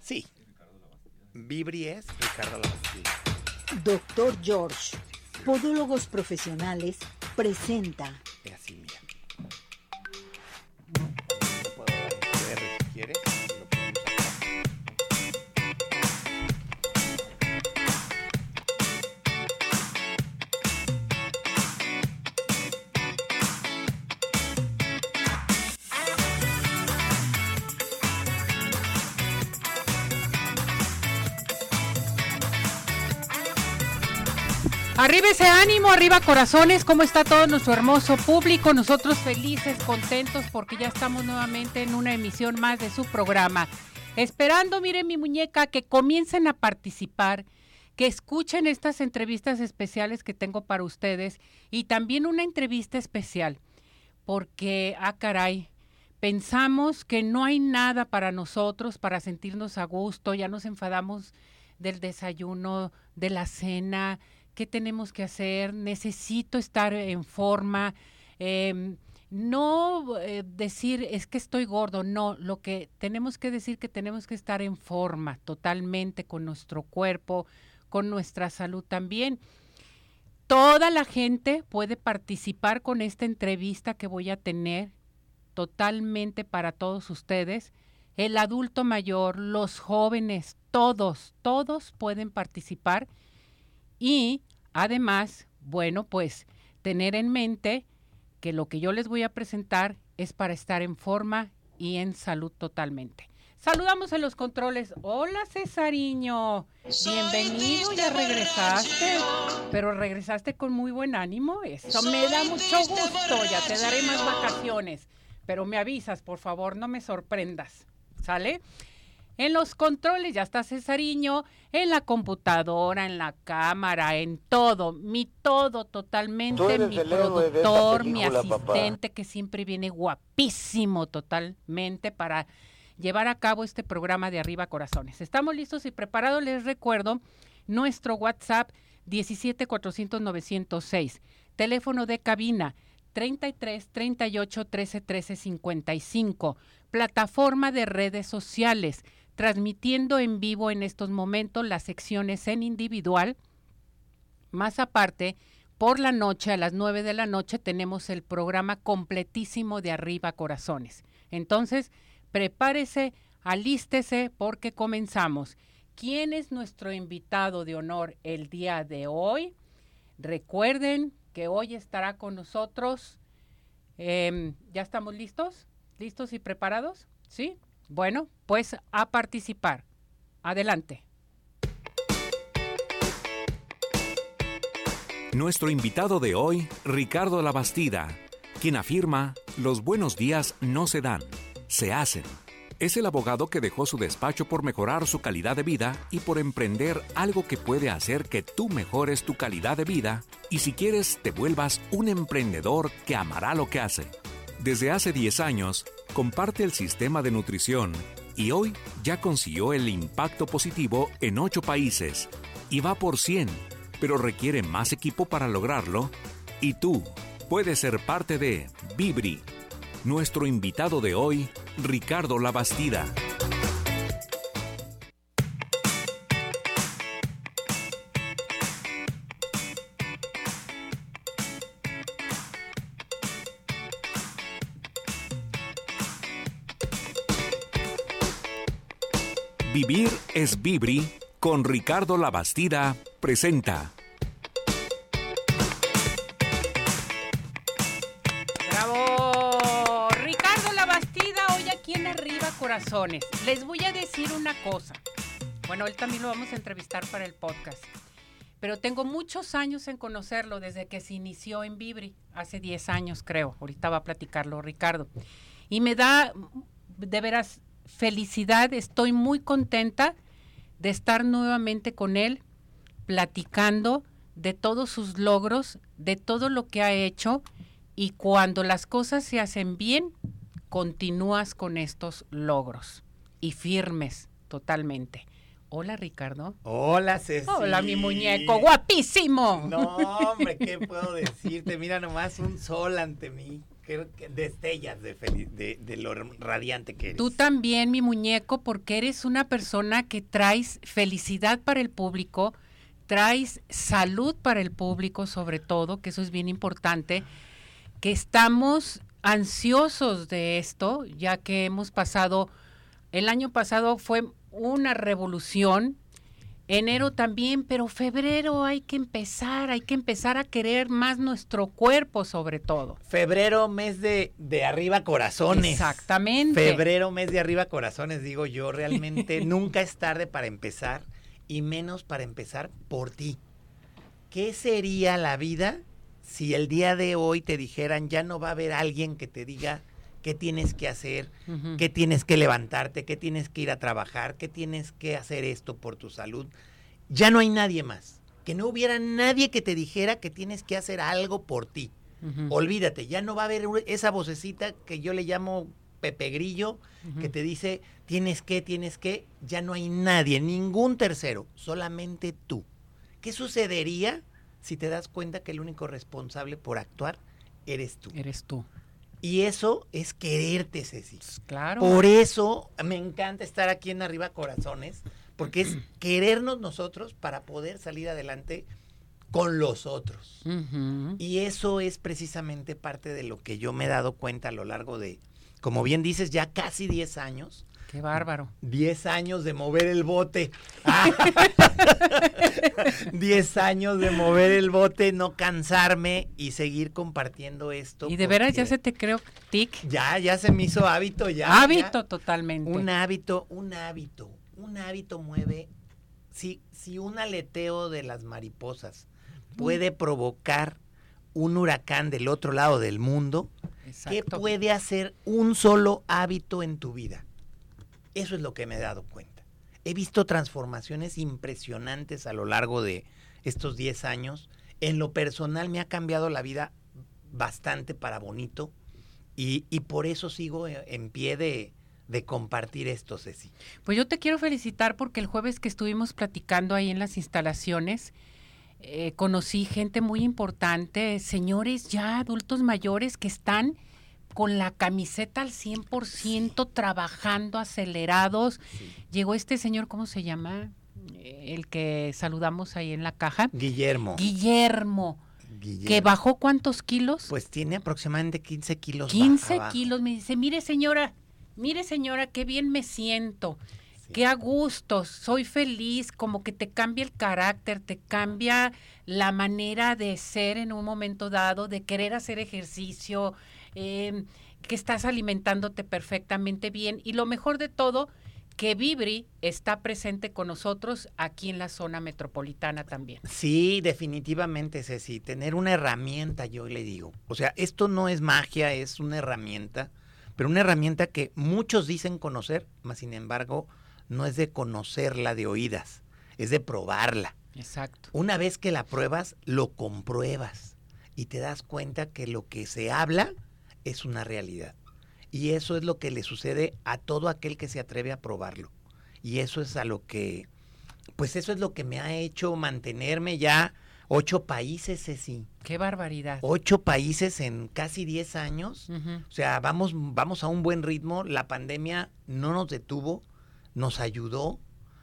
Sí. Vibri es Ricardo Labastida. Doctor George, Podólogos Profesionales, presenta. Así, mira. No puedo dar R si quieres. Lo ponemos acá. Arriba ese ánimo, arriba corazones, ¿cómo está todo nuestro hermoso público? Nosotros felices, contentos porque ya estamos nuevamente en una emisión más de su programa. Esperando, miren mi muñeca, que comiencen a participar, que escuchen estas entrevistas especiales que tengo para ustedes y también una entrevista especial porque, caray, pensamos que no hay nada para nosotros para sentirnos a gusto, ya nos enfadamos del desayuno, de la cena. ¿Qué tenemos que hacer? Necesito estar en forma. No decir es que estoy gordo, no. Lo que tenemos que decir que tenemos que estar en forma totalmente con nuestro cuerpo, con nuestra salud también. Toda la gente puede participar con esta entrevista que voy a tener totalmente para todos ustedes. El adulto mayor, los jóvenes, todos pueden participar. Y además, bueno, pues tener en mente que lo que yo les voy a presentar es para estar en forma y en salud totalmente. Saludamos en los controles. Hola, Cesariño. Bienvenido, ya regresaste. Pero regresaste con muy buen ánimo. Eso me da mucho gusto. Ya te daré más vacaciones. Pero me avisas, por favor, no me sorprendas. ¿Sale? En los controles ya está Cesariño, en la computadora, en la cámara, en todo, mi todo totalmente, mi productor, mi asistente, papá, que siempre viene guapísimo totalmente para llevar a cabo este programa de Arriba Corazones. Estamos listos y preparados, les recuerdo nuestro WhatsApp 17-400-906, teléfono de cabina 33 38 13 13 55, plataforma de redes sociales, transmitiendo en vivo en estos momentos las secciones en individual. Más aparte, por la noche, a las 9 de la noche, tenemos el programa completísimo de Arriba Corazones. Entonces, prepárese, alístese, porque comenzamos. ¿Quién es nuestro invitado de honor el día de hoy? Recuerden que hoy estará con nosotros. ¿Ya estamos listos? ¿Listos y preparados? ¿Sí? Bueno, pues a participar. Adelante. Nuestro invitado de hoy, Ricardo Labastida, quien afirma: los buenos días no se dan, se hacen. Es el abogado que dejó su despacho por mejorar su calidad de vida y por emprender algo que puede hacer que tú mejores tu calidad de vida y, si quieres, te vuelvas un emprendedor que amará lo que hace. Desde hace 10 años, comparte el sistema de nutrición y hoy ya consiguió el impacto positivo en 8 países y va por 100, pero requiere más equipo para lograrlo. Y tú puedes ser parte de Vibri. Nuestro invitado de hoy, Ricardo Labastida. Vivir es Vibri con Ricardo Labastida presenta. ¡Bravo! Ricardo Labastida, hoy aquí en Arriba Corazones. Les voy a decir una cosa. Bueno, él también lo vamos a entrevistar para el podcast. Pero tengo muchos años en conocerlo desde que se inició en Vibri, hace 10 años creo. Ahorita va a platicarlo Ricardo. Y me da, de veras, felicidad, estoy muy contenta de estar nuevamente con él, platicando de todos sus logros, de todo lo que ha hecho, y cuando las cosas se hacen bien, continúas con estos logros y firmes totalmente. Hola, Ricardo. Hola, Ceci. Hola, mi muñeco, guapísimo. No, hombre, ¿qué puedo decirte? Mira nomás, un sol ante mí. que destellas de lo radiante que eres. Tú también, mi muñeco, porque eres una persona que traes felicidad para el público, traes salud para el público sobre todo, que eso es bien importante, que estamos ansiosos de esto, ya que hemos pasado, el año pasado fue una revolución, enero también, pero febrero hay que empezar a querer más nuestro cuerpo sobre todo. Febrero, mes de arriba corazones. Exactamente. Febrero, mes de arriba corazones, digo yo, realmente nunca es tarde para empezar, y menos para empezar por ti. ¿Qué sería la vida si el día de hoy te dijeran, ya no va a haber alguien que te diga qué tienes que hacer, qué tienes que levantarte, qué tienes que ir a trabajar, qué tienes que hacer esto por tu salud? Ya no hay nadie más. Que no hubiera nadie que te dijera que tienes que hacer algo por ti. Olvídate, ya no va a haber esa vocecita que yo le llamo Pepe Grillo, que te dice, tienes que, ya no hay nadie, ningún tercero, solamente tú. ¿Qué sucedería si te das cuenta que el único responsable por actuar eres tú? Eres tú. Y eso es quererte, Ceci. Claro. Por eso me encanta estar aquí en Arriba Corazones, porque es querernos nosotros para poder salir adelante con los otros. Y eso es precisamente parte de lo que yo me he dado cuenta a lo largo de, como bien dices, ya casi 10 años. Qué bárbaro. 10 años de mover el bote. 10 años de mover el bote, no cansarme y seguir compartiendo esto. Y de veras ya se te creó tic. Ya se me hizo hábito ya. Hábito totalmente. Un hábito mueve. Si un aleteo de las mariposas puede provocar un huracán del otro lado del mundo, Exacto. ¿qué puede hacer un solo hábito en tu vida? Eso es lo que me he dado cuenta. He visto transformaciones impresionantes a lo largo de estos 10 años. En lo personal me ha cambiado la vida bastante para bonito y por eso sigo en pie de compartir esto, Ceci. Pues yo te quiero felicitar porque el jueves que estuvimos platicando ahí en las instalaciones, conocí gente muy importante, señores ya adultos mayores que están con la camiseta al 100%, trabajando, acelerados. Sí. Llegó este señor, ¿cómo se llama? El que saludamos ahí en la caja. Guillermo. ¿Que bajó cuántos kilos? Pues tiene aproximadamente 15 kilos. 15 kilos, me dice, mire señora, qué bien me siento. Sí. Qué a gusto, soy feliz, como que te cambia el carácter, te cambia la manera de ser en un momento dado, de querer hacer ejercicio, que estás alimentándote perfectamente bien. Y lo mejor de todo, que Vibri está presente con nosotros aquí en la zona metropolitana también. Sí, definitivamente, Ceci, tener una herramienta, yo le digo. O sea, esto no es magia, es una herramienta, pero una herramienta que muchos dicen conocer, mas sin embargo no es de conocerla de oídas, es de probarla. Exacto. Una vez que la pruebas, lo compruebas y te das cuenta que lo que se habla es una realidad. Y eso es lo que le sucede a todo aquel que se atreve a probarlo. Y eso es a lo que, pues eso es lo que me ha hecho mantenerme ya 8 países, Ceci. ¡Qué barbaridad! 8 países en casi 10 años. O sea, vamos a un buen ritmo. La pandemia no nos detuvo, nos ayudó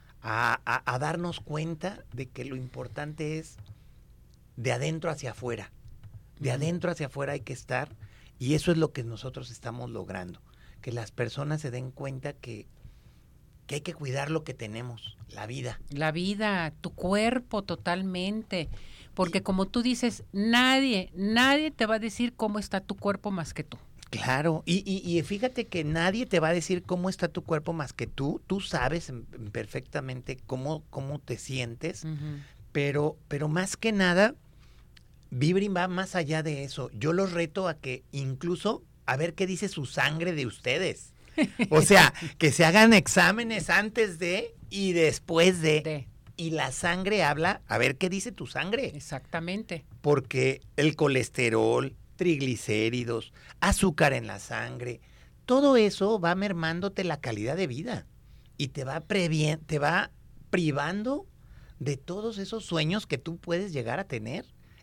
a darnos cuenta de que lo importante es de adentro hacia afuera. De adentro hacia afuera hay que estar. Y eso es lo que nosotros estamos logrando, que las personas se den cuenta que hay que cuidar lo que tenemos, la vida. La vida, tu cuerpo totalmente, porque como tú dices, nadie te va a decir cómo está tu cuerpo más que tú. Claro, y fíjate que nadie te va a decir cómo está tu cuerpo más que tú sabes perfectamente cómo te sientes, pero más que nada, Vibri va más allá de eso. Yo los reto a que incluso a ver qué dice su sangre de ustedes. O sea, que se hagan exámenes antes de y después de. Y la sangre habla, a ver qué dice tu sangre. Exactamente. Porque el colesterol, triglicéridos, azúcar en la sangre, todo eso va mermándote la calidad de vida y te va privando de todos esos sueños que tú puedes llegar a tener.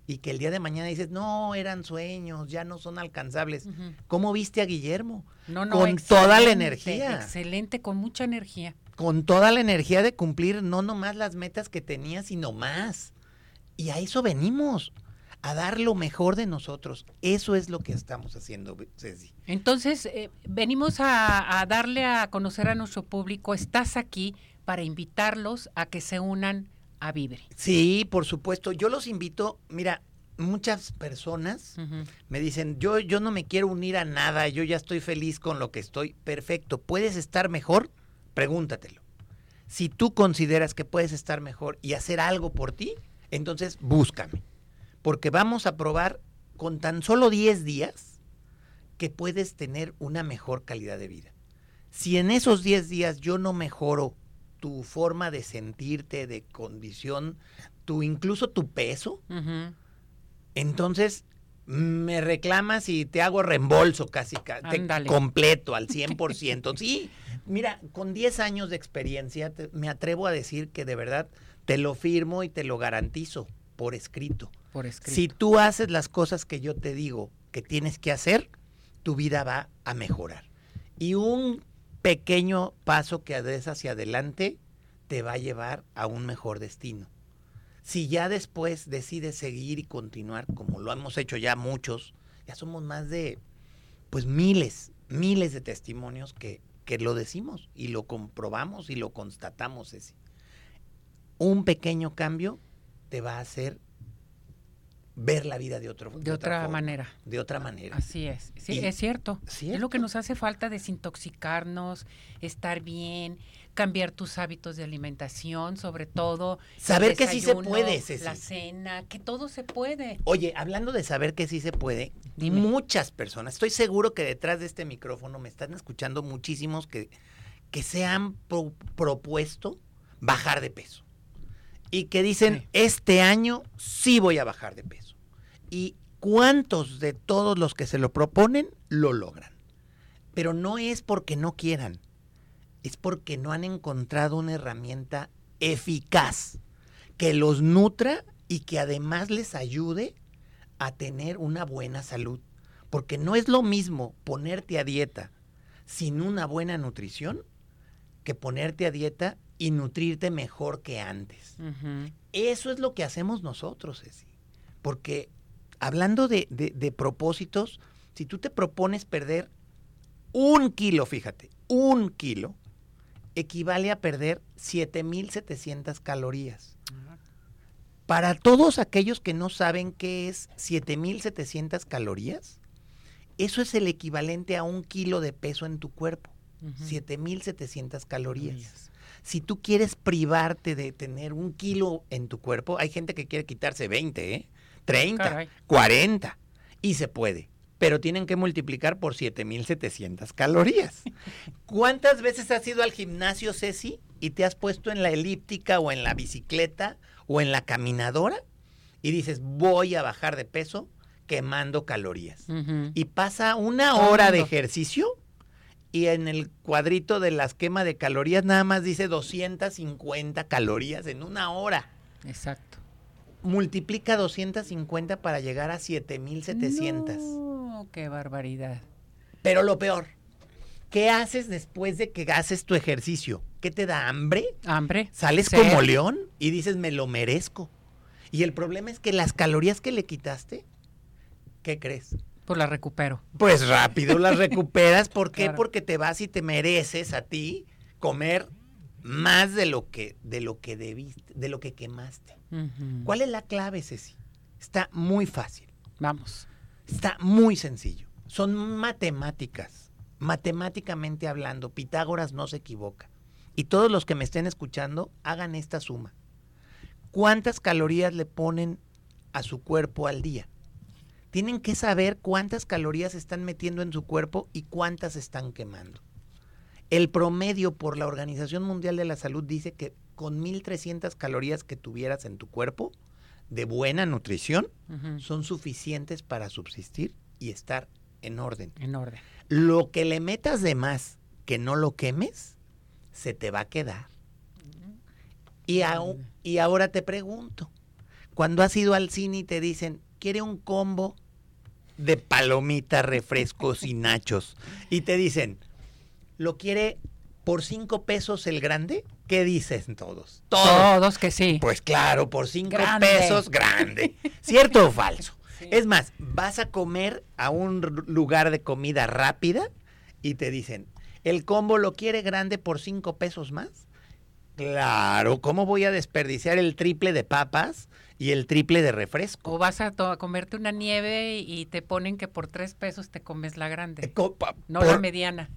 y que el día de mañana dices, no, eran sueños, ya no son alcanzables. Ujú. ¿Cómo viste a Guillermo? No, Con excelente, toda la energía. Excelente, con mucha energía. Con toda la energía de cumplir no nomás las metas que tenía, sino más. Y a eso venimos, a dar lo mejor de nosotros. Eso es lo que estamos haciendo, Ceci. Entonces, venimos a darle a conocer a nuestro público, estás aquí para invitarlos a que se unan a Vibre. Sí, por supuesto. Yo los invito, mira, muchas personas Ujú. me dicen, yo no me quiero unir a nada, yo ya estoy feliz con lo que estoy. Perfecto, ¿puedes estar mejor? Pregúntatelo. Si tú consideras que puedes estar mejor y hacer algo por ti, entonces búscame. Porque vamos a probar con tan solo 10 días que puedes tener una mejor calidad de vida. Si en esos 10 días yo no mejoro tu forma de sentirte, de condición, incluso tu peso, Ujú. entonces me reclamas y te hago reembolso casi Ándale. completo al 100%. Sí, mira, con 10 años de experiencia me atrevo a decir que de verdad te lo firmo y te lo garantizo por escrito. Por escrito. Si tú haces las cosas que yo te digo que tienes que hacer, tu vida va a mejorar. Y un pequeño paso que des hacia adelante te va a llevar a un mejor destino. Si ya después decides seguir y continuar, como lo hemos hecho ya muchos, ya somos más de, pues miles de testimonios que lo decimos y lo comprobamos y lo constatamos, Ceci. Un pequeño cambio te va a hacer ver la vida de otra forma, manera. De otra manera. Así es. Sí, Y- es cierto. ¿Cierto? Es lo que nos hace falta, desintoxicarnos, estar bien, cambiar tus hábitos de alimentación, sobre todo. el Saber que sí se desayuno, puede, Ceci. La cena, que todo se puede. Oye, hablando de saber que sí se puede, Dime. muchas personas, estoy seguro que detrás de este micrófono me están escuchando muchísimos que se han propuesto bajar de peso. Y que dicen, Sí. este año sí voy a bajar de peso. ¿Y cuántos de todos los que se lo proponen lo logran? Pero no es porque no quieran, es porque no han encontrado una herramienta eficaz que los nutra y que además les ayude a tener una buena salud. Porque no es lo mismo ponerte a dieta sin una buena nutrición que ponerte a dieta y nutrirte mejor que antes. Ujú. Eso es lo que hacemos nosotros, Ceci. Porque hablando de propósitos, si tú te propones perder 1 kilo, fíjate, 1 kilo, equivale a perder 7,700 calorías. Para todos aquellos que no saben qué es 7,700 calorías, eso es el equivalente a 1 kilo de peso en tu cuerpo. Ujú. 7,700 calorías. Si tú quieres privarte de tener 1 kilo en tu cuerpo, hay gente que quiere quitarse 20, 30, Caray. 40, y se puede. Pero tienen que multiplicar por 7,700 calorías. ¿Cuántas veces has ido al gimnasio, Ceci, y te has puesto en la elíptica o en la bicicleta o en la caminadora y dices, voy a bajar de peso quemando calorías? Ujú. Y pasa 1 Todo el hora de mundo. ejercicio y en el cuadrito de las quema de calorías nada más dice 250 calorías en 1 hora. Exacto. Multiplica 250 para llegar a 7,700. No, qué barbaridad. Pero lo peor, ¿qué haces después de que haces tu ejercicio? ¿Qué te da hambre? Hambre. Sales sed. como león y dices, me lo merezco. Y el problema es que las calorías que le quitaste, ¿qué crees? Pues la recupero. Pues rápido las recuperas. ¿Por qué? Claro. Porque te vas y te mereces a ti comer más de lo que debiste, de lo que quemaste. Ujú. ¿Cuál es la clave, Ceci? Está muy fácil, Vamos. está muy sencillo. Son matemáticas. Matemáticamente hablando, Pitágoras no se equivoca. Y todos los que me estén escuchando, hagan esta suma. ¿Cuántas calorías le ponen a su cuerpo al día? Tienen que saber cuántas calorías están metiendo en su cuerpo y cuántas están quemando. El promedio por la Organización Mundial de la Salud dice que con 1,300 calorías que tuvieras en tu cuerpo de buena nutrición Ujú. son suficientes para subsistir y estar en orden. En orden. Lo que le metas de más que no lo quemes, se te va a quedar. Y ahora te pregunto, Cuando has ido al cine y te dicen, ¿quiere un combo de palomitas, refrescos y nachos? Y te dicen, ¿lo quiere por 5 pesos el grande? ¿Qué dicen todos? Todos que sí. Pues claro, por 5 Grande. pesos, grande. ¿Cierto o falso? Sí. Es más, vas a comer a un lugar de comida rápida y te dicen, ¿el combo lo quiere grande por 5 pesos más? Claro, ¿cómo voy a desperdiciar el triple de papas y el triple de refresco? O vas a comerte una nieve y te ponen que por 3 pesos te comes la grande, no la mediana.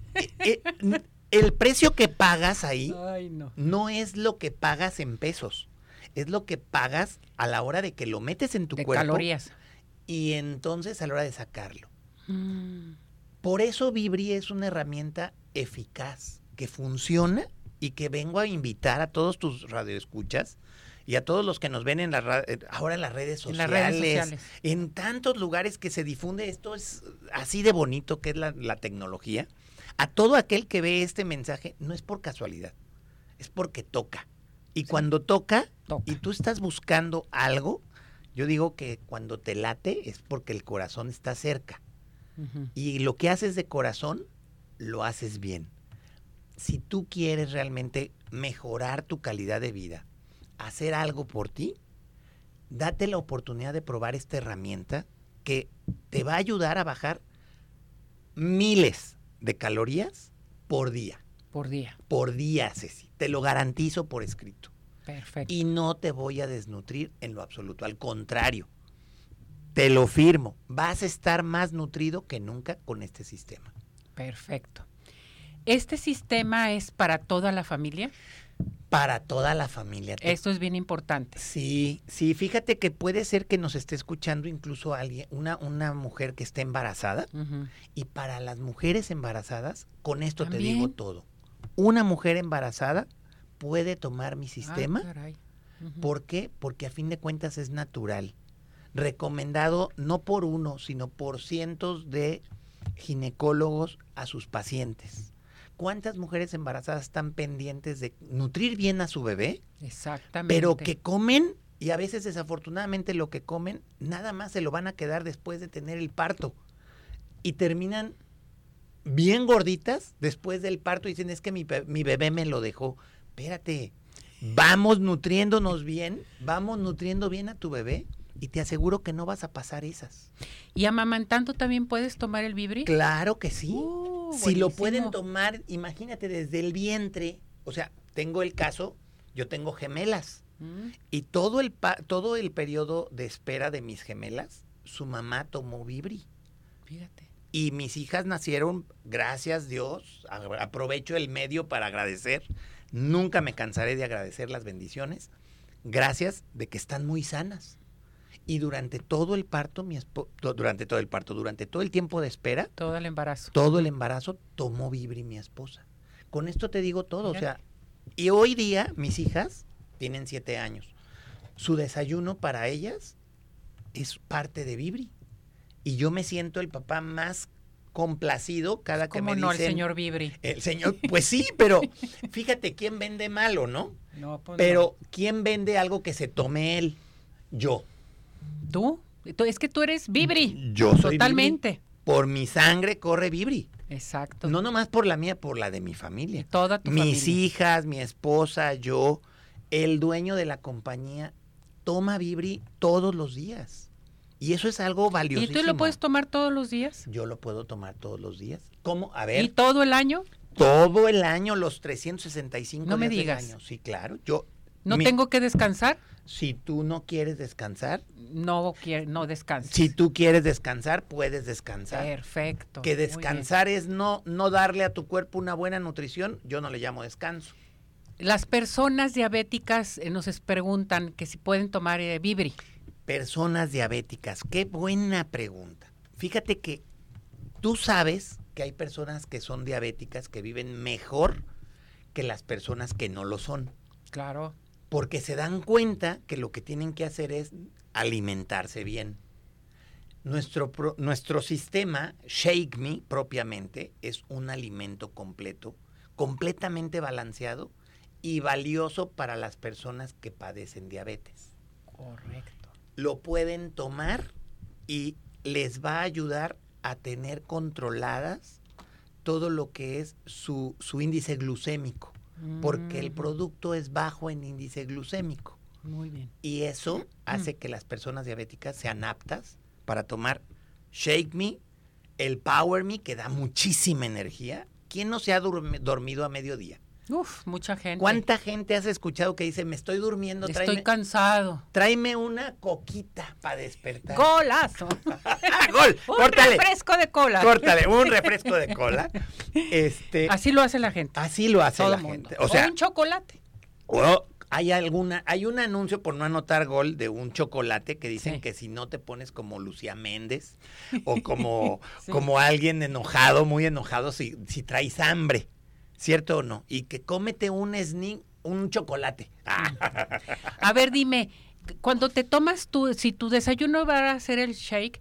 El precio que pagas ahí Ay, no. no es lo que pagas en pesos, es lo que pagas a la hora de que lo metes en tu De cuerpo calorías. y entonces a la hora de sacarlo. Mm. Por eso Vibri es una herramienta eficaz, que funciona y que vengo a invitar a todos tus radioescuchas y a todos los que nos ven ahora en las redes En sociales, las redes sociales. en tantos lugares que se difunde esto, es así de bonito que es la tecnología. A todo aquel que ve este mensaje, no es por casualidad, es porque toca. Y cuando toca, y tú estás buscando algo, yo digo que cuando te late es porque el corazón está cerca. Ujú. Y lo que haces de corazón, lo haces bien. Si tú quieres realmente mejorar tu calidad de vida, hacer algo por ti, date la oportunidad de probar esta herramienta que te va a ayudar a bajar miles de calorías por día. Por día. Por día, Ceci. Te lo garantizo por escrito. Perfecto. Y no te voy a desnutrir en lo absoluto. Al contrario, te lo firmo. Vas a estar más nutrido que nunca con este sistema. Perfecto. ¿Este sistema es para toda la familia? Para toda la familia. Esto es bien importante. Sí, fíjate que puede ser que nos esté escuchando incluso alguien, una mujer que esté embarazada. Ujú. Y para las mujeres embarazadas, con esto te ¿También? digo todo. Una mujer embarazada puede tomar mi sistema. Ah, caray. Ujú. ¿Por qué? Porque a fin de cuentas es natural. Recomendado no por uno, sino por cientos de ginecólogos a sus pacientes. ¿Cuántas mujeres embarazadas están pendientes de nutrir bien a su bebé? Exactamente. Pero que comen, y a veces desafortunadamente lo que comen, nada más se lo van a quedar después de tener el parto. Y terminan bien gorditas después del parto y dicen, es que mi bebé me lo dejó. Espérate, vamos nutriéndonos bien, vamos nutriendo bien a tu bebé y te aseguro que no vas a pasar esas. ¿Y amamantando también puedes tomar el Vibri? Claro que sí. Si lo Buenísimo. pueden tomar, imagínate, desde el vientre. O sea, tengo el caso, yo tengo gemelas. Mm. Y todo el periodo de espera de mis gemelas, su mamá tomó Vibri. Fíjate. Y mis hijas nacieron, gracias Dios, aprovecho el medio para agradecer. Nunca me cansaré de agradecer las bendiciones. Gracias de que están muy sanas. Y durante todo el parto, durante todo el tiempo de espera, Todo el embarazo. todo el embarazo, tomó Vibri mi esposa. Con esto te digo todo, Fíjate. o sea, y hoy día mis hijas tienen 7 años. Su desayuno para ellas es parte de Vibri. Y yo me siento el papá más complacido cada que me ¿Cómo no, dicen... el señor Vibri? El señor, pues sí, pero fíjate, ¿quién vende malo, no? No, pues Pero ¿quién vende algo que se tome él? Yo. no. Es que tú eres Vibri. Yo soy Totalmente. Vibri. Por mi sangre corre Vibri. Exacto. No nomás por la mía, por la de mi Y familia. toda tu Mis familia. hijas, mi esposa, yo, el dueño de la compañía, toma Vibri todos los días. Y eso es algo ¿Y valiosísimo. tú lo puedes tomar todos los días? Yo lo puedo tomar todos los días. ¿Cómo? A ¿Y ver, todo el año? todo el año, los 365 No me días digas. del año. Sí, claro. Yo, ¿No tengo que descansar? Si tú no quieres descansar, No descanses. si tú quieres descansar, puedes descansar. Perfecto. Que muy bien. descansar es no darle a tu cuerpo una buena nutrición, yo no le llamo descanso. Las personas diabéticas nos preguntan que si pueden tomar Vibri. Personas diabéticas, qué buena pregunta. Fíjate que tú sabes que hay personas que son diabéticas que viven mejor que las personas que no lo son, Claro. porque se dan cuenta que lo que tienen que hacer es alimentarse bien. Nuestro sistema, Shake Me propiamente, es un alimento completo, completamente balanceado y valioso para las personas que padecen diabetes. Correcto. lo pueden tomar y les va a ayudar a tener controladas todo lo que es su índice glucémico, porque el producto es bajo en índice glucémico. Muy bien. Y eso hace que las personas diabéticas sean aptas para tomar Shake Me, el Power Me, que da muchísima energía. ¿Quién no se ha dormido a mediodía? Uf, mucha gente. ¿Cuánta gente has escuchado que dice, me estoy durmiendo, Estoy cansado. Tráeme una coquita para despertar? ¡Golazo! ¡Gol! ¡Córtale! Un refresco de cola. Córtale, un refresco de cola. Así lo hace la gente. Así lo hace Todo la el mundo. gente. O sea, un chocolate. hay un anuncio, por no anotar gol, de un chocolate que dicen Sí. que si no te pones como Lucía Méndez o como, Sí. como alguien enojado, muy enojado, si traes hambre, ¿cierto o no? Y que cómete un chocolate. A ver, dime, cuando te tomas si tu desayuno va a ser el shake,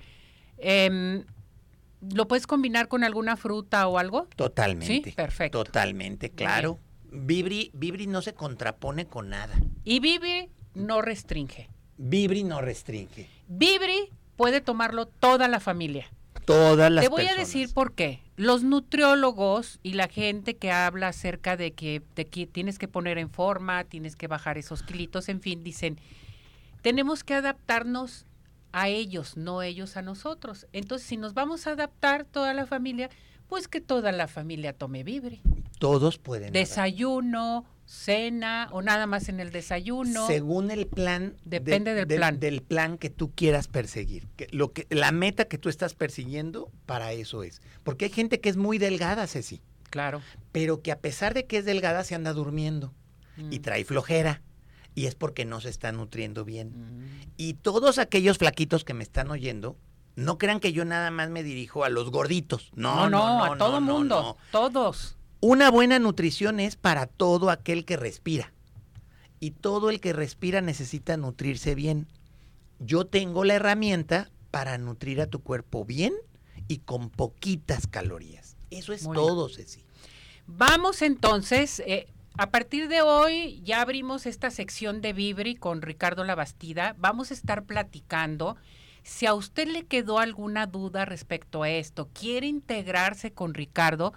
¿lo puedes combinar con alguna fruta o algo? Totalmente. Sí, perfecto. Totalmente, claro. Vibri no se contrapone con nada. Y Vibri no restringe. Vibri no restringe. Vibri puede tomarlo toda la familia. Todas las Te voy personas. a decir por qué. Los nutriólogos y la gente que habla acerca de que tienes que poner en forma, tienes que bajar esos kilitos, en fin, dicen, tenemos que adaptarnos a ellos, no ellos a nosotros. Entonces, si nos vamos a adaptar toda la familia, pues que toda la familia tome Vibri. Todos pueden. Desayuno, cena o nada más en el desayuno. Según el plan. Depende del plan. Del plan que tú quieras perseguir. La meta que tú estás persiguiendo, para eso es. Porque hay gente que es muy delgada, Ceci. Claro. Pero que a pesar de que es delgada, se anda durmiendo. Y trae flojera. Y es porque no se está nutriendo bien. Y todos aquellos flaquitos que me están oyendo, no crean que yo nada más me dirijo a los gorditos. No, a todo mundo. no. Todos. Una buena nutrición es para todo aquel que respira. Y todo el que respira necesita nutrirse bien. Yo tengo la herramienta para nutrir a tu cuerpo bien y con poquitas calorías. Eso es Muy todo, Ceci. Vamos entonces, a partir de hoy ya abrimos esta sección de Vibri con Ricardo Labastida. Vamos a estar platicando. Si a usted le quedó alguna duda respecto a esto, quiere integrarse con Ricardo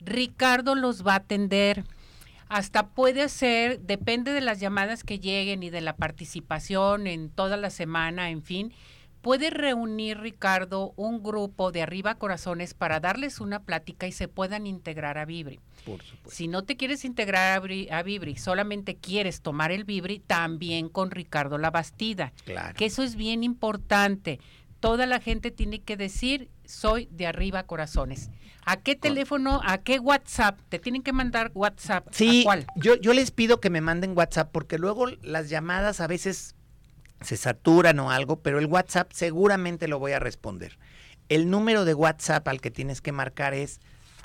los va a atender. Hasta puede ser, depende de las llamadas que lleguen y de la participación en toda la semana, en fin, puede reunir Ricardo un grupo de Arriba Corazones para darles una plática y se puedan integrar a Vibri. Por supuesto. Si no te quieres integrar a Vibri, solamente quieres tomar el Vibri, también con Ricardo Labastida. Claro. Que eso es bien importante. Toda la gente tiene que decir, soy de Arriba Corazones. ¿A qué teléfono, a qué WhatsApp? Te tienen que mandar WhatsApp. Sí, ¿A cuál? yo les pido que me manden WhatsApp porque luego las llamadas a veces se saturan o algo, pero el WhatsApp seguramente lo voy a responder. El número de WhatsApp al que tienes que marcar es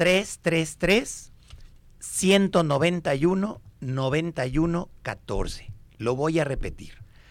333-191-9114. Lo voy a repetir.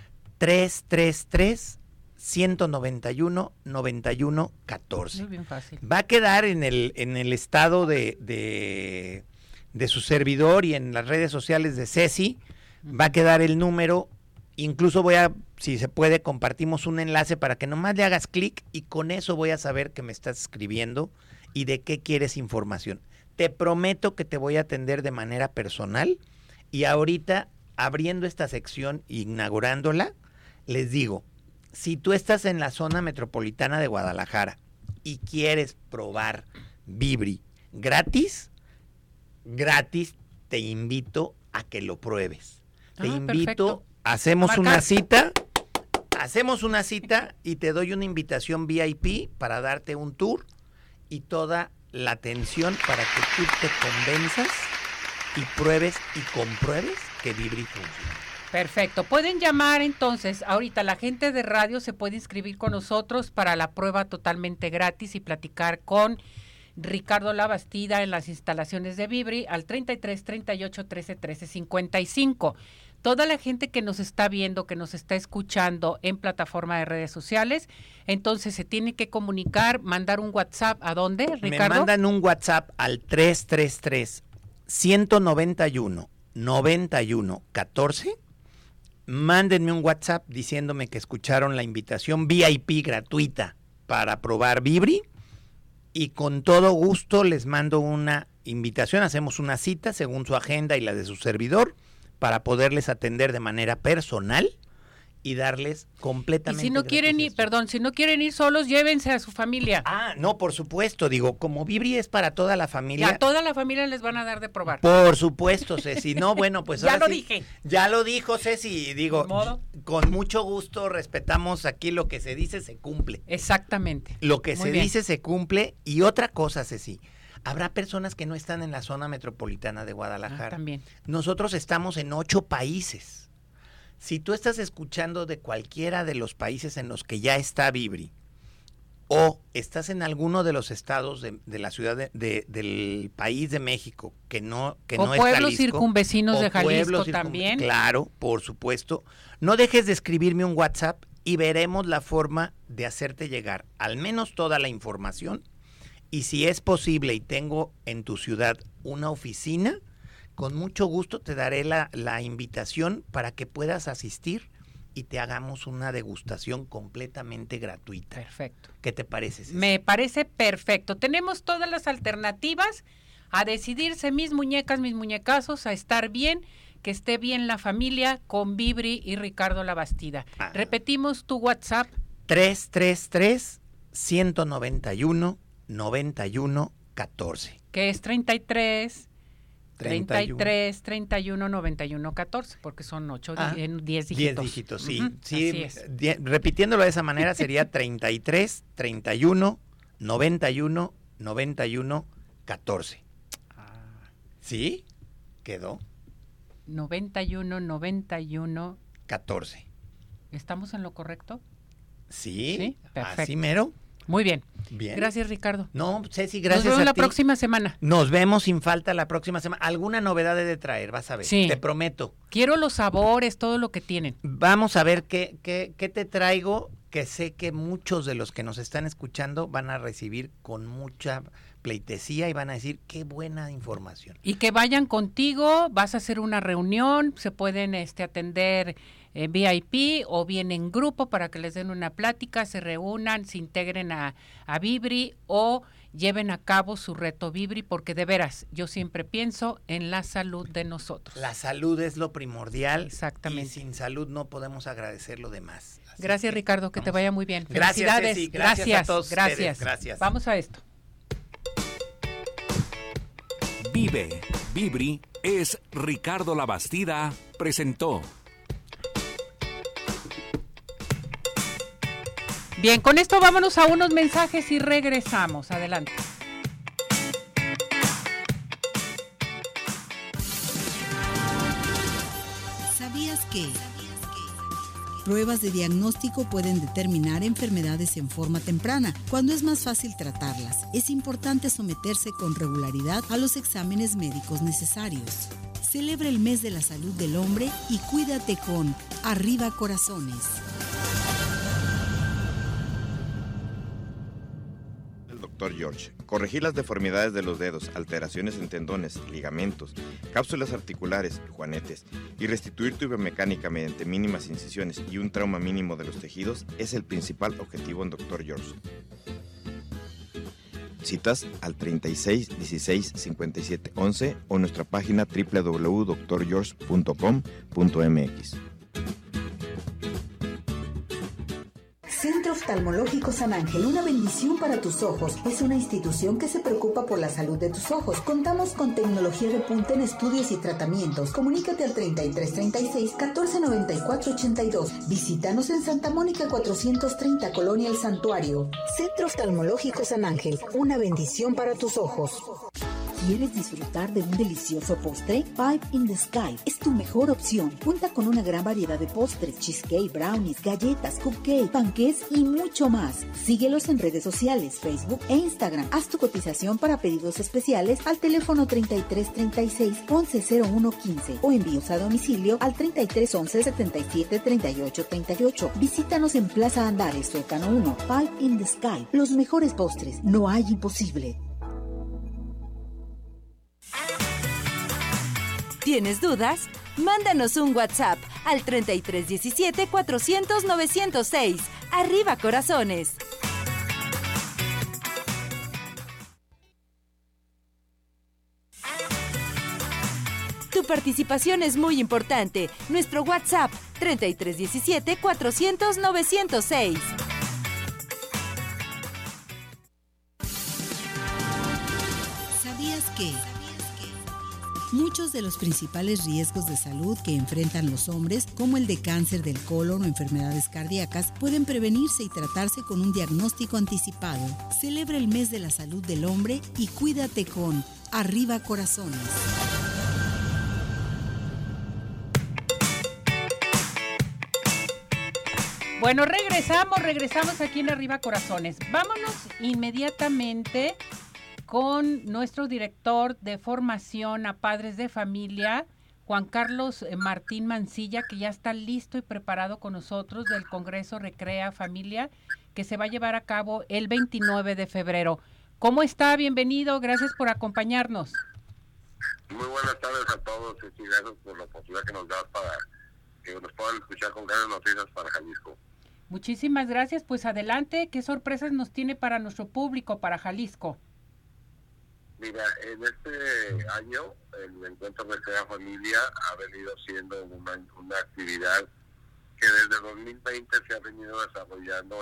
333-191-9114. Muy bien fácil. Va a quedar en el estado de su servidor y en las redes sociales de Ceci. Va a quedar el número. Incluso si se puede, compartimos un enlace para que nomás le hagas clic y con eso voy a saber que me estás escribiendo y de qué quieres información. Te prometo que te voy a atender de manera personal y ahorita, abriendo esta sección, inaugurándola, les digo, si tú estás en la zona metropolitana de Guadalajara y quieres probar Vibri gratis te invito a que lo pruebes. Te invito, perfecto. hacemos una cita y te doy una invitación VIP para darte un tour y toda la atención para que tú te convenzas y pruebes y compruebes que Vibri funciona. Perfecto. Pueden llamar entonces, ahorita la gente de radio se puede inscribir con nosotros para la prueba totalmente gratis y platicar con Ricardo Labastida en las instalaciones de Vibri al 33 38 13 13 55. Toda la gente que nos está viendo, que nos está escuchando en plataforma de redes sociales, entonces se tiene que comunicar, mandar un WhatsApp. ¿A dónde, Ricardo? Me mandan un WhatsApp al 333 191 91 14 mándenme un WhatsApp diciéndome que escucharon la invitación VIP gratuita para probar Vibri y con todo gusto les mando una invitación, hacemos una cita según su agenda y la de su servidor para poderles atender de manera personal y darles completamente. Y si no quieren ir, si no quieren ir solos, llévense a su familia. No, por supuesto, digo, como Vibri es para toda la familia. A toda la familia les van a dar de probar. Por supuesto, Ceci. No, bueno, pues ya ahora lo sí, dije. Ya lo dijo Ceci, digo, con mucho gusto respetamos aquí lo que se dice, se cumple. Exactamente. Lo que Muy se bien. dice se cumple. Y otra cosa, Ceci, habrá personas que no están en la zona metropolitana de Guadalajara. También. Nosotros estamos en 8 países. Si tú estás escuchando de cualquiera de los países en los que ya está Vibri, o estás en alguno de los estados de la ciudad del país de México, que no es Jalisco. O pueblos circunvecinos de Jalisco también. Claro, por supuesto. No dejes de escribirme un WhatsApp y veremos la forma de hacerte llegar al menos toda la información. Y si es posible y tengo en tu ciudad una oficina, con mucho gusto te daré la invitación para que puedas asistir y te hagamos una degustación completamente gratuita. Perfecto. ¿Qué te parece, Ceci? Me parece perfecto. Tenemos todas las alternativas a decidirse, mis muñecas, mis muñecazos, a estar bien, que esté bien la familia con Vibri y Ricardo Labastida. Repetimos tu WhatsApp. 333-191-9114. Que es 33 31 91 14, porque son 10 dígitos. 10 dígitos, sí. Uh-huh, sí, repitiéndolo de esa manera sería 33 31 91 91 14. ¿Sí? ¿Quedó? 91 91 14. ¿Estamos en lo correcto? Sí, perfecto. Así mero. Muy bien. Bien. Gracias, Ricardo. No, Ceci, gracias Nos vemos a la ti. próxima semana. Nos vemos sin falta la próxima semana. Alguna novedad he de traer, vas a ver. Sí. Te prometo. Quiero los sabores, todo lo que tienen. Vamos a ver qué te traigo, que sé que muchos de los que nos están escuchando van a recibir con mucha pleitesía y van a decir, qué buena información. Y que vayan contigo, vas a hacer una reunión, se pueden atender VIP o bien en grupo para que les den una plática, se reúnan, se integren a Vibri o lleven a cabo su reto Vibri, porque de veras, yo siempre pienso en la salud de nosotros. La salud es lo primordial. Exactamente. Y sin salud no podemos agradecer lo demás. Así gracias, Ricardo, que te vaya muy bien. Gracias, Felicidades. Ceci. Gracias a todos gracias. ustedes. Gracias. Vamos a esto. Vive, Vibri es Ricardo Labastida presentó. Bien, con esto vámonos a unos mensajes y regresamos. Adelante. ¿Sabías que? Pruebas de diagnóstico pueden determinar enfermedades en forma temprana, cuando es más fácil tratarlas. Es importante someterse con regularidad a los exámenes médicos necesarios. Celebra el mes de la salud del hombre y cuídate con Arriba Corazones. Dr. George. Corregir las deformidades de los dedos, alteraciones en tendones, ligamentos, cápsulas articulares, juanetes y restituir tu biomecánica mediante mínimas incisiones y un trauma mínimo de los tejidos es el principal objetivo en Dr. George. Citas al 36 16 57 11 o nuestra página www.drgeorge.com.mx. Centro Oftalmológico San Ángel, una bendición para tus ojos. Es una institución que se preocupa por la salud de tus ojos. Contamos con tecnología de punta en estudios y tratamientos. Comunícate al 33 36 14 94 82. Visítanos en Santa Mónica 430, Colonia El Santuario. Centro Oftalmológico San Ángel, una bendición para tus ojos. ¿Quieres disfrutar de un delicioso postre? Five in the Sky es tu mejor opción. Cuenta con una gran variedad de postres, cheesecake, brownies, galletas, cupcake, panqués y mucho más. Síguelos en redes sociales, Facebook e Instagram. Haz tu cotización para pedidos especiales al teléfono 33 36 11 01 15 o envíos a domicilio al 33 11 77 38 38. Visítanos en Plaza Andares, Sótano 1. Five in the Sky. Los mejores postres. No hay imposible. ¿Tienes dudas? Mándanos un WhatsApp al 3317-400-906. ¡Arriba, corazones! Tu participación es muy importante. Nuestro WhatsApp, 3317-400-906. ¿Sabías que muchos de los principales riesgos de salud que enfrentan los hombres, como el de cáncer del colon o enfermedades cardíacas, pueden prevenirse y tratarse con un diagnóstico anticipado? Celebra el mes de la salud del hombre y cuídate con Arriba Corazones. Bueno, regresamos aquí en Arriba Corazones. Vámonos inmediatamente con nuestro director de formación a padres de familia, Juan Carlos Martín Mancilla, que ya está listo y preparado con nosotros del Congreso Recrea Familia, que se va a llevar a cabo el 29 de febrero. ¿Cómo está? Bienvenido, gracias por acompañarnos. Muy buenas tardes a todos y gracias por la oportunidad que nos das para que nos puedan escuchar con grandes noticias para Jalisco. Muchísimas gracias, pues adelante, ¿qué sorpresas nos tiene para nuestro público, para Jalisco? Mira, en este año el Encuentro Recrea Familia ha venido siendo una actividad que desde 2020 se ha venido desarrollando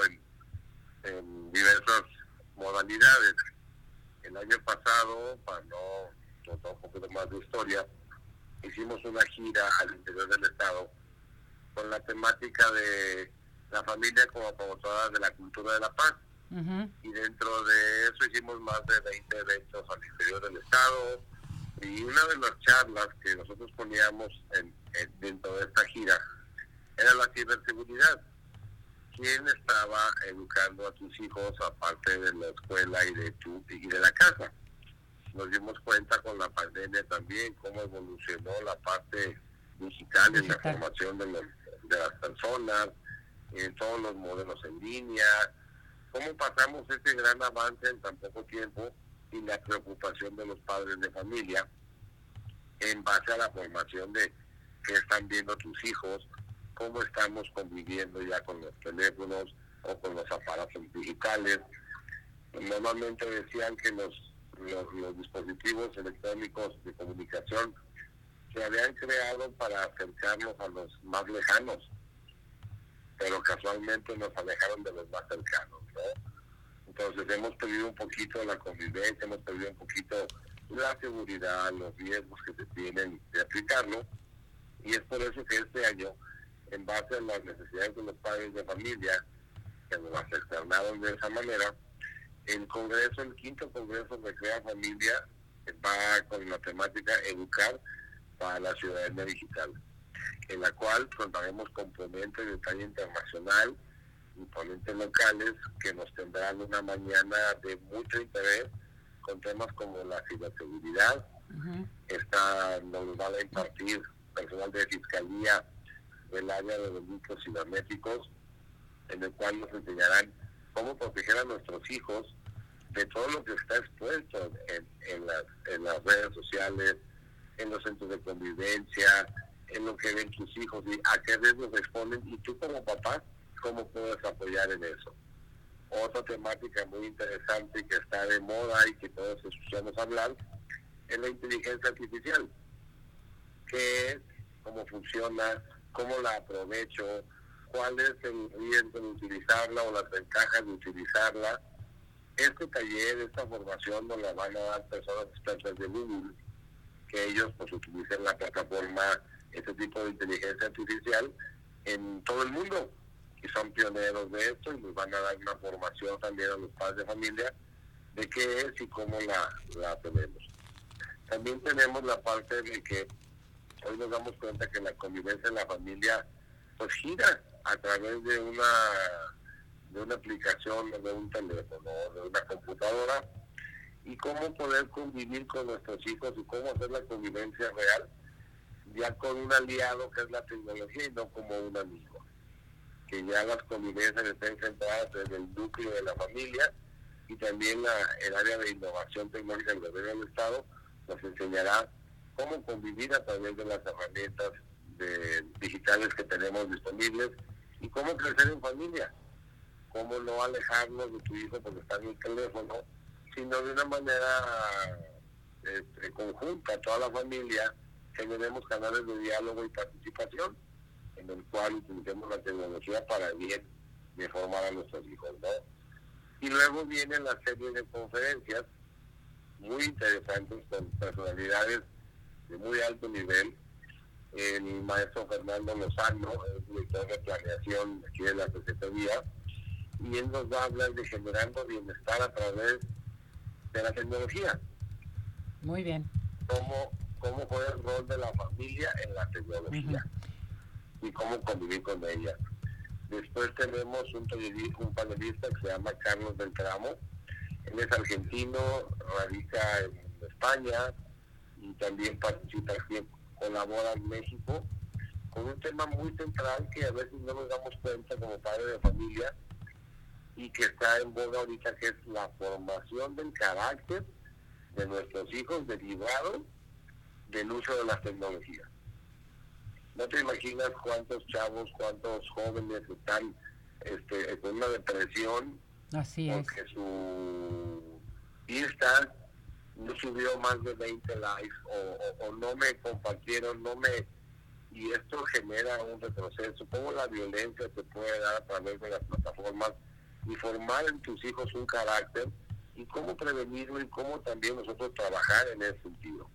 en diversas modalidades. El año pasado, para no contar un poquito más de historia, hicimos una gira al interior del estado con la temática de la familia como promotora de la cultura de la paz. Uh-huh. Y dentro de eso hicimos más de 20 eventos al interior del estado, y una de las charlas que nosotros poníamos dentro de esta gira era la ciberseguridad. ¿Quién estaba educando a tus hijos aparte de la escuela y de la casa? Nos dimos cuenta con la pandemia también cómo evolucionó la parte digital en la formación de las personas, en todos los modelos en línea, cómo pasamos ese gran avance en tan poco tiempo y la preocupación de los padres de familia en base a la formación de qué están viendo tus hijos, cómo estamos conviviendo ya con los teléfonos o con los aparatos digitales. Normalmente decían que los dispositivos electrónicos de comunicación se habían creado para acercarnos a los más lejanos, pero casualmente nos alejaron de los más cercanos, ¿no? Entonces hemos perdido un poquito la convivencia, hemos perdido un poquito la seguridad, los riesgos que se tienen de aplicarlo, y es por eso que este año, en base a las necesidades de los padres de familia, que nos las externaron de esa manera, el quinto Congreso Recrea Familia va con la temática Educar para la Ciudadanía Digital, en la cual contaremos con ponentes de talla internacional y ponentes locales que nos tendrán una mañana de mucho interés con temas como la ciberseguridad. Uh-huh. Nos va a impartir personal de Fiscalía del área de delitos cibernéticos, en el cual nos enseñarán cómo proteger a nuestros hijos de todo lo que está expuesto en las redes sociales, en los centros de convivencia, en lo que ven tus hijos y a qué riesgos se exponen, y tú como papá, cómo puedes apoyar en eso. Otra temática muy interesante que está de moda y que todos escuchamos hablar es la inteligencia artificial. ¿Qué es? ¿Cómo funciona? ¿Cómo la aprovecho? ¿Cuál es el riesgo de utilizarla o las ventajas de utilizarla? Este taller, esta formación nos la van a dar personas expertas de Google, que ellos pues utilicen la plataforma, este tipo de inteligencia artificial en todo el mundo, y son pioneros de esto, y nos van a dar una formación también a los padres de familia de qué es y cómo la tenemos. También tenemos la parte de que hoy nos damos cuenta que la convivencia en la familia pues gira a través de una aplicación, de un teléfono, de una computadora, y cómo poder convivir con nuestros hijos y cómo hacer la convivencia real ya con un aliado que es la tecnología y no como un amigo, que ya las convivencias estén centradas en el núcleo de la familia, y también el área de innovación tecnológica del gobierno del estado nos enseñará cómo convivir a través de las herramientas digitales que tenemos disponibles, y cómo crecer en familia, cómo no alejarnos de tu hijo porque está en el teléfono, sino de una manera conjunta, toda la familia, generemos canales de diálogo y participación, en el cual utilicemos la tecnología para el bien de formar a nuestros hijos, ¿no? Y luego viene la serie de conferencias muy interesantes con personalidades de muy alto nivel. El maestro Fernando Lozano, el director de planeación aquí de la Secretaría, y él nos va a hablar de generando bienestar a través de la tecnología. Muy bien. Cómo juega el rol de la familia en la tecnología y cómo convivir con ella. Después tenemos un panelista que se llama Carlos Beltramo. Él es argentino, radica en España y también participa aquí, colabora en México, con un tema muy central que a veces no nos damos cuenta como padres de familia y que está en boga ahorita, que es la formación del carácter de nuestros hijos derivado del uso de las tecnologías. No te imaginas cuántos chavos, cuántos jóvenes están con una depresión. Así es. Porque su Insta no subió más de 20 likes o no me compartieron, y esto genera un retroceso. Cómo la violencia se puede dar a través de las plataformas y formar en tus hijos un carácter, y cómo prevenirlo y cómo también nosotros trabajar en ese sentido.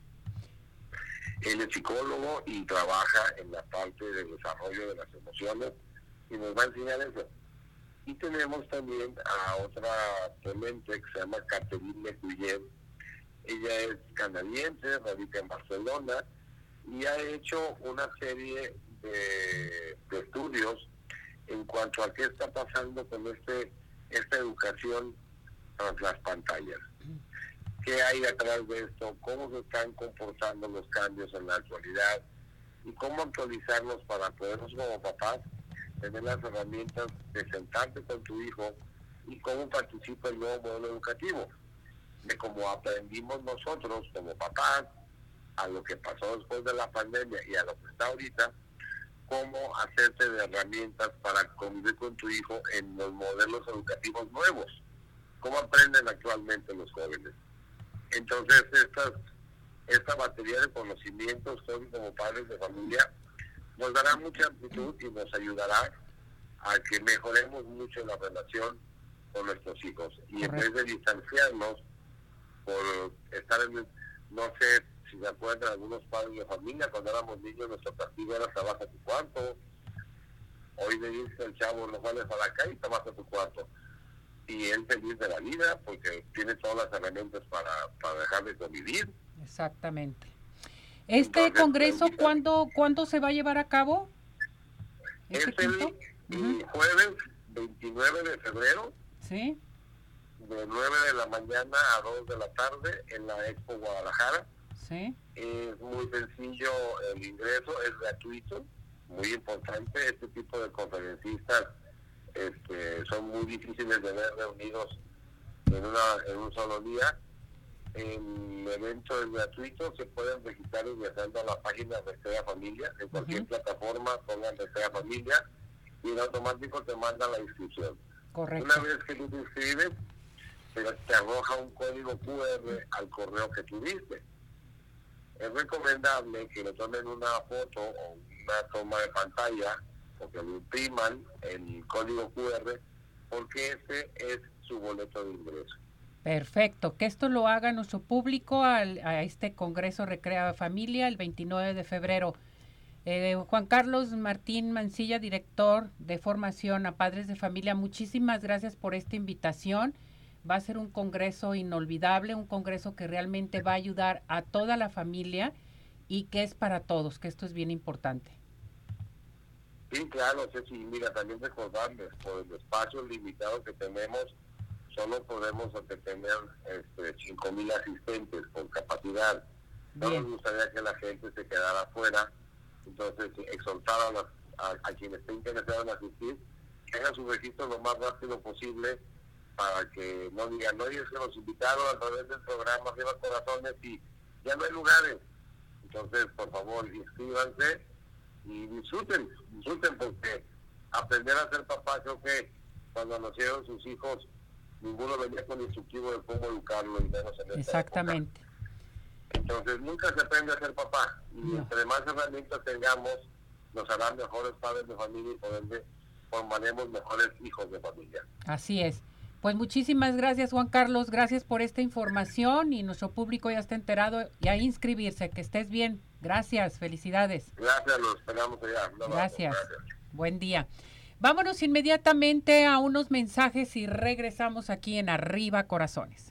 Él es psicólogo y trabaja en la parte del desarrollo de las emociones y nos va a enseñar eso. Y tenemos también a otra ponente que se llama Catherine Cuillet. Ella es canadiense, radica en Barcelona y ha hecho una serie de estudios en cuanto a qué está pasando con esta educación tras las pantallas. ¿Qué hay atrás de esto? ¿Cómo se están comportando los cambios en la actualidad? Y cómo actualizarlos para poder, como papás, tener las herramientas de sentarte con tu hijo y cómo participa el nuevo modelo educativo, de cómo aprendimos nosotros como papás a lo que pasó después de la pandemia y a lo que está ahorita, cómo hacerte de herramientas para convivir con tu hijo en los modelos educativos nuevos, cómo aprenden actualmente los jóvenes. Entonces, esta batería de conocimientos, como padres de familia, nos dará mucha amplitud y nos ayudará a que mejoremos mucho la relación con nuestros hijos. Y en vez de distanciarnos por estar no sé si se acuerdan algunos padres de familia, cuando éramos niños nuestro castigo era trabaja tu cuarto. Hoy le dice el chavo, no sales a la calle, trabaja tu cuarto. Y él feliz de la vida porque tiene todas las herramientas para dejar de convivir. Exactamente. ¿Este congreso cuándo se va a llevar a cabo? Es el jueves 29 de febrero. Sí. De 9 de la mañana a 2 de la tarde en la Expo Guadalajara. Sí. Es muy sencillo el ingreso, es gratuito, muy importante. Este tipo de conferencistas son muy difíciles de ver reunidos en un solo día. El evento es gratuito, se pueden registrar ingresando a la página de Recrea Familia, en cualquier plataforma pongan Recrea Familia y en automático te manda la inscripción. Correcto. Una vez que tú te inscribes, te arroja un código QR al correo que tuviste. Es recomendable que le tomen una foto o una toma de pantalla o que lo impriman el código QR, porque ese es su boleto de ingreso. Perfecto, que esto lo haga nuestro público a este Congreso Recrea Familia el 29 de febrero. Juan Carlos Martín Mancilla, director de formación a padres de familia, muchísimas gracias por esta invitación. Va a ser un congreso inolvidable, un congreso que realmente va a ayudar a toda la familia y que es para todos, que esto es bien importante. Sí, claro, sí, mira, también recordarles, por el espacio limitado que tenemos, solo podemos tener 5,000 asistentes por capacidad. No nos gustaría que la gente se quedara afuera, entonces exhortar a quienes estén interesados en asistir, que hagan su registro lo más rápido posible para que no digan, oye, es que nos invitaron a través del programa Arriba Corazones y ya no hay lugares. Entonces, por favor, inscríbanse y disfruten porque aprender a ser papá, creo que cuando nacieron sus hijos, ninguno venía con instructivo de cómo educarlo y menos en esta Exactamente. época. Entonces nunca se aprende a ser papá, y entre más herramientas tengamos, nos harán mejores padres de familia y por ende formaremos mejores hijos de familia. Así es. Pues muchísimas gracias, Juan Carlos, gracias por esta información y nuestro público ya está enterado y a inscribirse. Que estés bien. Gracias, felicidades. Gracias, los esperamos allá. Gracias. Buen día. Vámonos inmediatamente a unos mensajes y regresamos aquí en Arriba Corazones.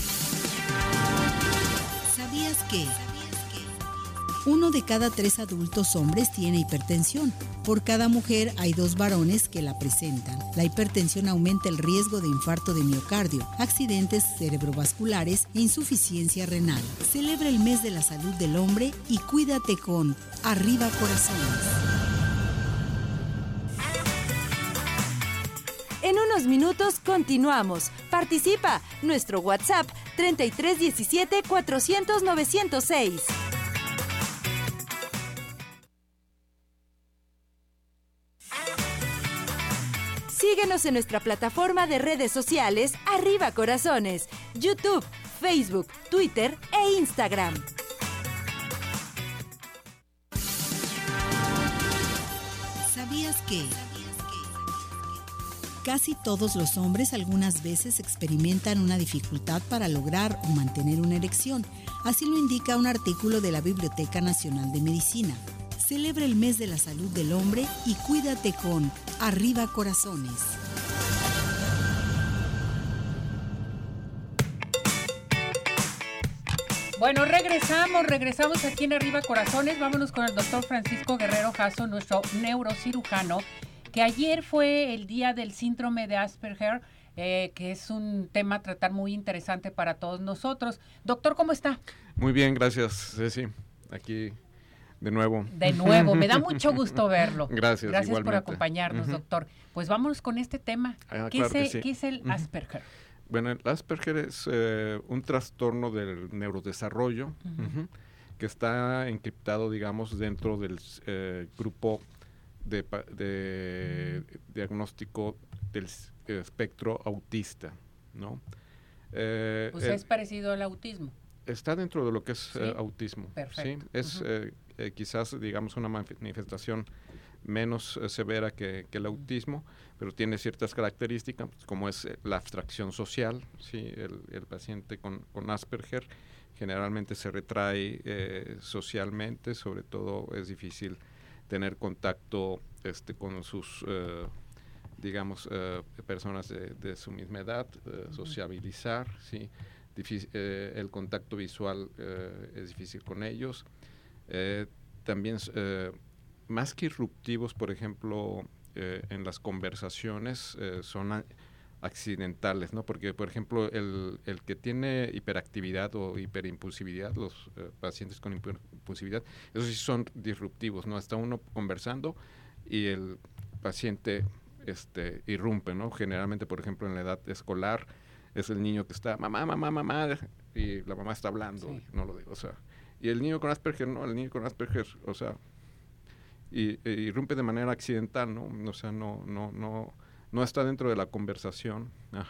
¿Sabías que 1 de cada 3 adultos hombres tiene hipertensión? Por cada mujer hay 2 varones que la presentan. La hipertensión aumenta el riesgo de infarto de miocardio, accidentes cerebrovasculares e insuficiencia renal. Celebra el mes de la salud del hombre y cuídate con Arriba Corazones. En unos minutos continuamos. Participa. Nuestro WhatsApp 3317 400 906. Síguenos en nuestra plataforma de redes sociales Arriba Corazones, YouTube, Facebook, Twitter e Instagram. ¿Sabías que casi todos los hombres algunas veces experimentan una dificultad para lograr o mantener una erección? Así lo indica un artículo de la Biblioteca Nacional de Medicina. Celebra el mes de la salud del hombre y cuídate con Arriba Corazones. Bueno, regresamos aquí en Arriba Corazones. Vámonos con el doctor Francisco Guerrero Jasso, nuestro neurocirujano, que ayer fue el día del síndrome de Asperger, que es un tema a tratar muy interesante para todos nosotros. Doctor, ¿cómo está? Muy bien, gracias, Ceci. Aquí de nuevo. Me da mucho gusto verlo. Gracias igualmente. Por acompañarnos, doctor. Pues vámonos con este tema. ¿Qué es el Asperger? Bueno, el Asperger es un trastorno del neurodesarrollo que está encriptado, digamos, dentro del grupo de diagnóstico del espectro autista, ¿no? Es parecido al autismo. Está dentro de lo que es autismo. Perfecto. ¿Sí? Es quizás, digamos, una manifestación menos severa que el autismo, pero tiene ciertas características, como es la abstracción social. ¿Sí? El paciente con Asperger generalmente se retrae socialmente, sobre todo es difícil tener contacto con sus, digamos, personas de su misma edad, sociabilizar, ¿sí? El contacto visual es difícil con ellos. También más que irruptivos, por ejemplo, en las conversaciones son accidentales, ¿no? Porque, por ejemplo, el que tiene hiperactividad o hiperimpulsividad, los pacientes con hiperimpulsividad, esos sí son disruptivos, ¿no? Está uno conversando y el paciente irrumpe, ¿no? Generalmente, por ejemplo, en la edad escolar, es el niño que está, mamá, y la mamá está hablando, no lo digo, o sea, y el niño con Asperger, no, el niño con Asperger, o sea, irrumpe de manera accidental, ¿no? O sea, no está dentro de la conversación,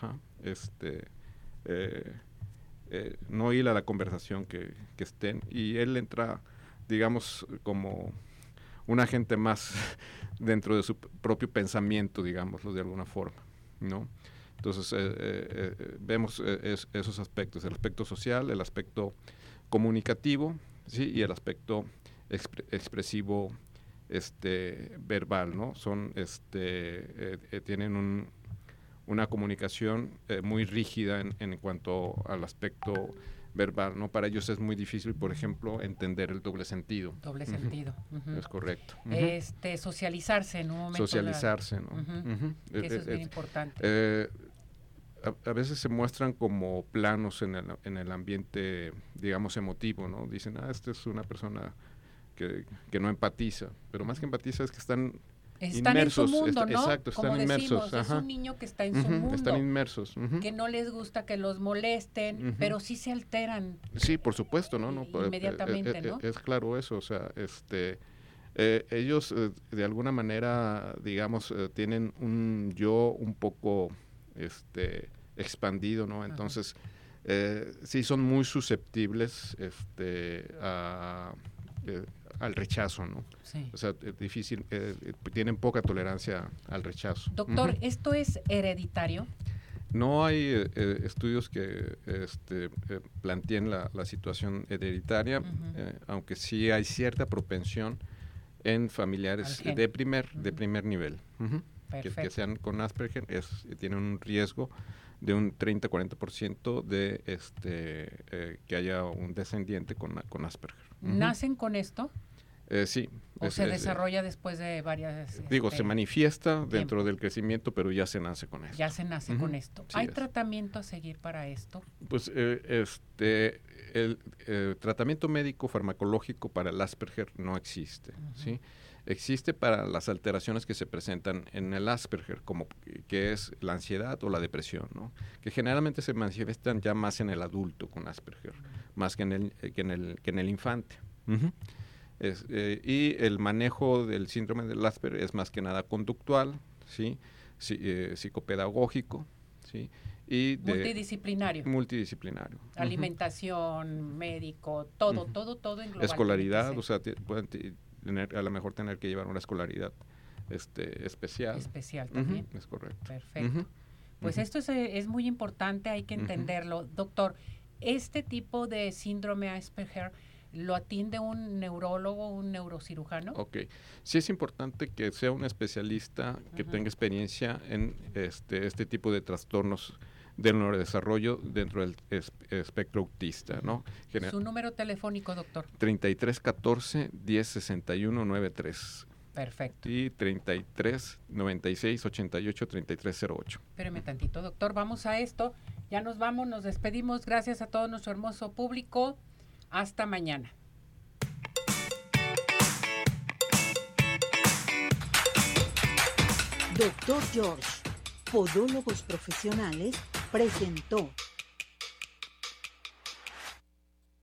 no hila la conversación que estén, y él entra, digamos, como un agente más dentro de su propio pensamiento, digámoslo de alguna forma, ¿no? Entonces, vemos esos aspectos, el aspecto social, el aspecto comunicativo, ¿sí? Y el aspecto expresivo verbal, ¿no? Son, tienen una comunicación muy rígida en cuanto al aspecto verbal, ¿no? Para ellos es muy difícil, por ejemplo, entender el doble sentido. Doble sentido. Es correcto. Socializarse en un momento. Socializarse, ¿no? Eso es bien importante. A veces se muestran como planos en el ambiente, digamos, emotivo, ¿no? Dicen, esta es una persona que no empatiza, pero más que empatiza es que están inmersos, en su mundo, ¿no? Exacto, están como inmersos. Decimos, es un niño que está en su mundo. Están inmersos. Que no les gusta que los molesten, pero sí se alteran. Sí, por supuesto, ¿no? Inmediatamente, ¿no? Es claro eso, o sea, Ellos de alguna manera, digamos, tienen un yo un poco expandido, ¿no? Entonces, sí son muy susceptibles al rechazo, ¿no? Sí. O sea, es difícil, tienen poca tolerancia al rechazo. Doctor, ¿esto es hereditario? No hay estudios que planteen la situación hereditaria, aunque sí hay cierta propensión en familiares de primer nivel. Que sean con Asperger, tienen un riesgo de un 30-40% de que haya un descendiente con Asperger. ¿Nacen con esto? Sí. ¿O se desarrolla después de varias... se manifiesta dentro del crecimiento, pero ya se nace con esto. Ya se nace con esto. Sí, ¿Hay tratamiento a seguir para esto? Pues el tratamiento médico farmacológico para el Asperger no existe, ¿sí? Existe para las alteraciones que se presentan en el Asperger, como que es la ansiedad o la depresión, ¿no? Que generalmente se manifiestan ya más en el adulto con Asperger, más que en el infante. Y el manejo del síndrome del Asperger es más que nada conductual, ¿sí? Psicopedagógico, ¿sí? Y multidisciplinario. Alimentación, médico, todo en global. Escolaridad, o sea, pueden a lo mejor tener que llevar una escolaridad especial. Especial también. Es correcto. Perfecto. Pues esto es muy importante, hay que entenderlo. Doctor, ¿este tipo de síndrome Asperger lo atiende un neurólogo, un neurocirujano? Ok. Sí es importante que sea un especialista que tenga experiencia en este tipo de trastornos del neurodesarrollo dentro del espectro autista, ¿no? Su número telefónico, doctor. 3314-1061-93. Perfecto. Y 33-96-88-3308. Espéreme tantito, doctor. Vamos a esto. Ya nos vamos, nos despedimos. Gracias a todo nuestro hermoso público. Hasta mañana. Dr. George, Podólogos Profesionales, presentó